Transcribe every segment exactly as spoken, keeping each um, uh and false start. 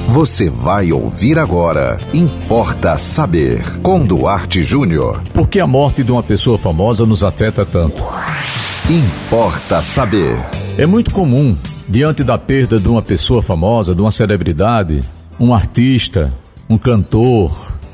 Você vai ouvir agora Importa Saber, com Duarte Júnior. Por que a morte de uma pessoa famosa nos afeta tanto? Importa Saber. É muito comum, diante da perda de uma pessoa famosa, de uma celebridade, um artista, um cantor,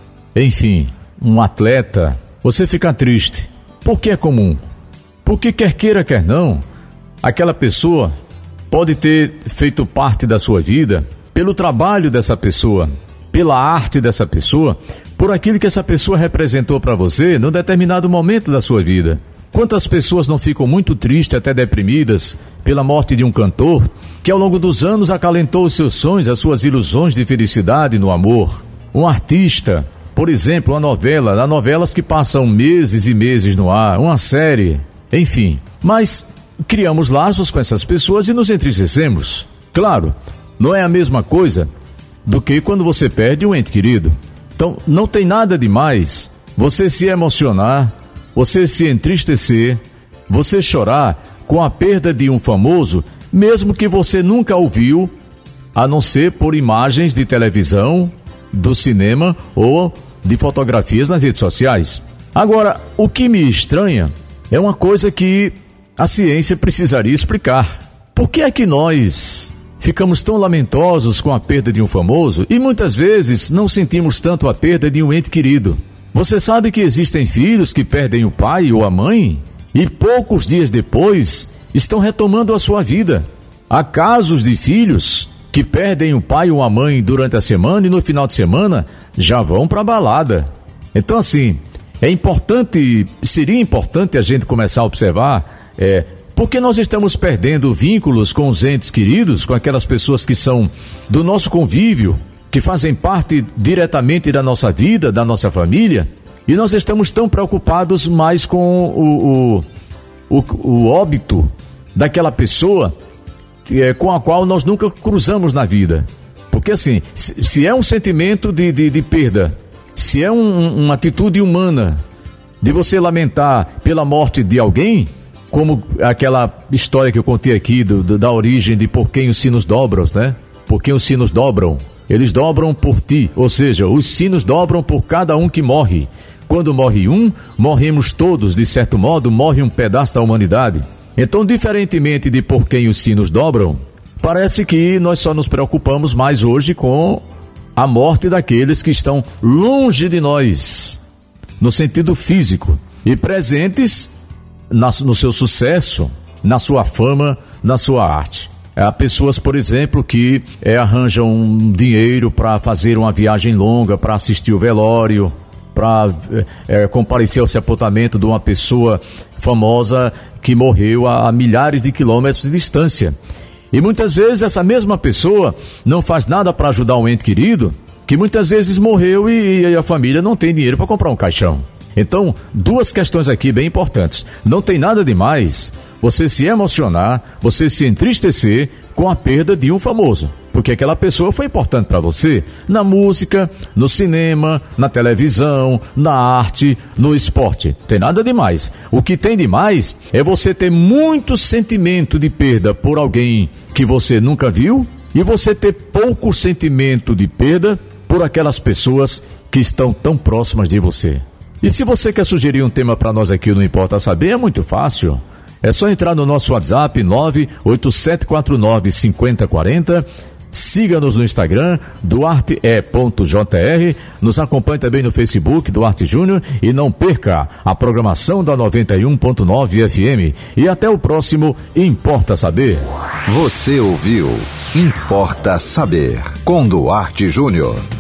enfim, um atleta, você ficar triste. Por que é comum? Porque quer queira, quer não, aquela pessoa pode ter feito parte da sua vida pelo trabalho dessa pessoa, pela arte dessa pessoa, por aquilo que essa pessoa representou para você num determinado momento da sua vida. Quantas pessoas não ficam muito tristes, até deprimidas, pela morte de um cantor que ao longo dos anos acalentou os seus sonhos, as suas ilusões de felicidade no amor? Um artista, por exemplo, uma novela, há novelas que passam meses e meses no ar, uma série, enfim. Mas criamos laços com essas pessoas e nos entristecemos. Claro, não é a mesma coisa do que quando você perde um ente querido. Então, não tem nada de mais você se emocionar, você se entristecer, você chorar com a perda de um famoso, mesmo que você nunca ouviu, a não ser por imagens de televisão, do cinema ou de fotografias nas redes sociais. Agora, o que me estranha é uma coisa que a ciência precisaria explicar. Por que é que nós ficamos tão lamentosos com a perda de um famoso e muitas vezes não sentimos tanto a perda de um ente querido? Você sabe que existem filhos que perdem o pai ou a mãe e poucos dias depois estão retomando a sua vida. Há casos de filhos que perdem o pai ou a mãe durante a semana e no final de semana já vão para a balada. Então, assim, é importante, seria importante a gente começar a observar, é, porque nós estamos perdendo vínculos com os entes queridos, com aquelas pessoas que são do nosso convívio, que fazem parte diretamente da nossa vida, da nossa família, e nós estamos tão preocupados mais com o, o, o, o óbito daquela pessoa que é, com a qual nós nunca cruzamos na vida. Porque assim, se, se é um sentimento de, de, de perda, se é um, uma atitude humana de você lamentar pela morte de alguém, como aquela história que eu contei aqui do, do, da origem de por quem os sinos dobram, né? Por quem os sinos dobram? Eles dobram por ti, ou seja, os sinos dobram por cada um que morre. Quando morre um, morremos todos, de certo modo, morre um pedaço da humanidade. Então, diferentemente de por quem os sinos dobram, parece que nós só nos preocupamos mais hoje com a morte daqueles que estão longe de nós, no sentido físico, e presentes na, no seu sucesso, na sua fama, na sua arte. Há pessoas, por exemplo, que é, arranjam dinheiro para fazer uma viagem longa, para assistir o velório, para é, comparecer ao sepultamento de uma pessoa famosa que morreu a, a milhares de quilômetros de distância. E muitas vezes essa mesma pessoa não faz nada para ajudar um ente querido, que muitas vezes morreu e, e a família não tem dinheiro para comprar um caixão. Então, duas questões aqui bem importantes. Não tem nada de mais você se emocionar, você se entristecer com a perda de um famoso, porque aquela pessoa foi importante para você na música, no cinema, na televisão, na arte, no esporte. Tem nada de mais. O que tem de mais é você ter muito sentimento de perda por alguém que você nunca viu e você ter pouco sentimento de perda por aquelas pessoas que estão tão próximas de você. E se você quer sugerir um tema para nós aqui no Importa Saber, é muito fácil. É só entrar no nosso WhatsApp nove oito sete quatro nove cinco zero quatro zero. Siga-nos no Instagram, duarte e ponto j r. Nos acompanhe também no Facebook, Duarte Júnior. E não perca a programação da noventa e um ponto nove F M. E até o próximo Importa Saber. Você ouviu Importa Saber, com Duarte Júnior.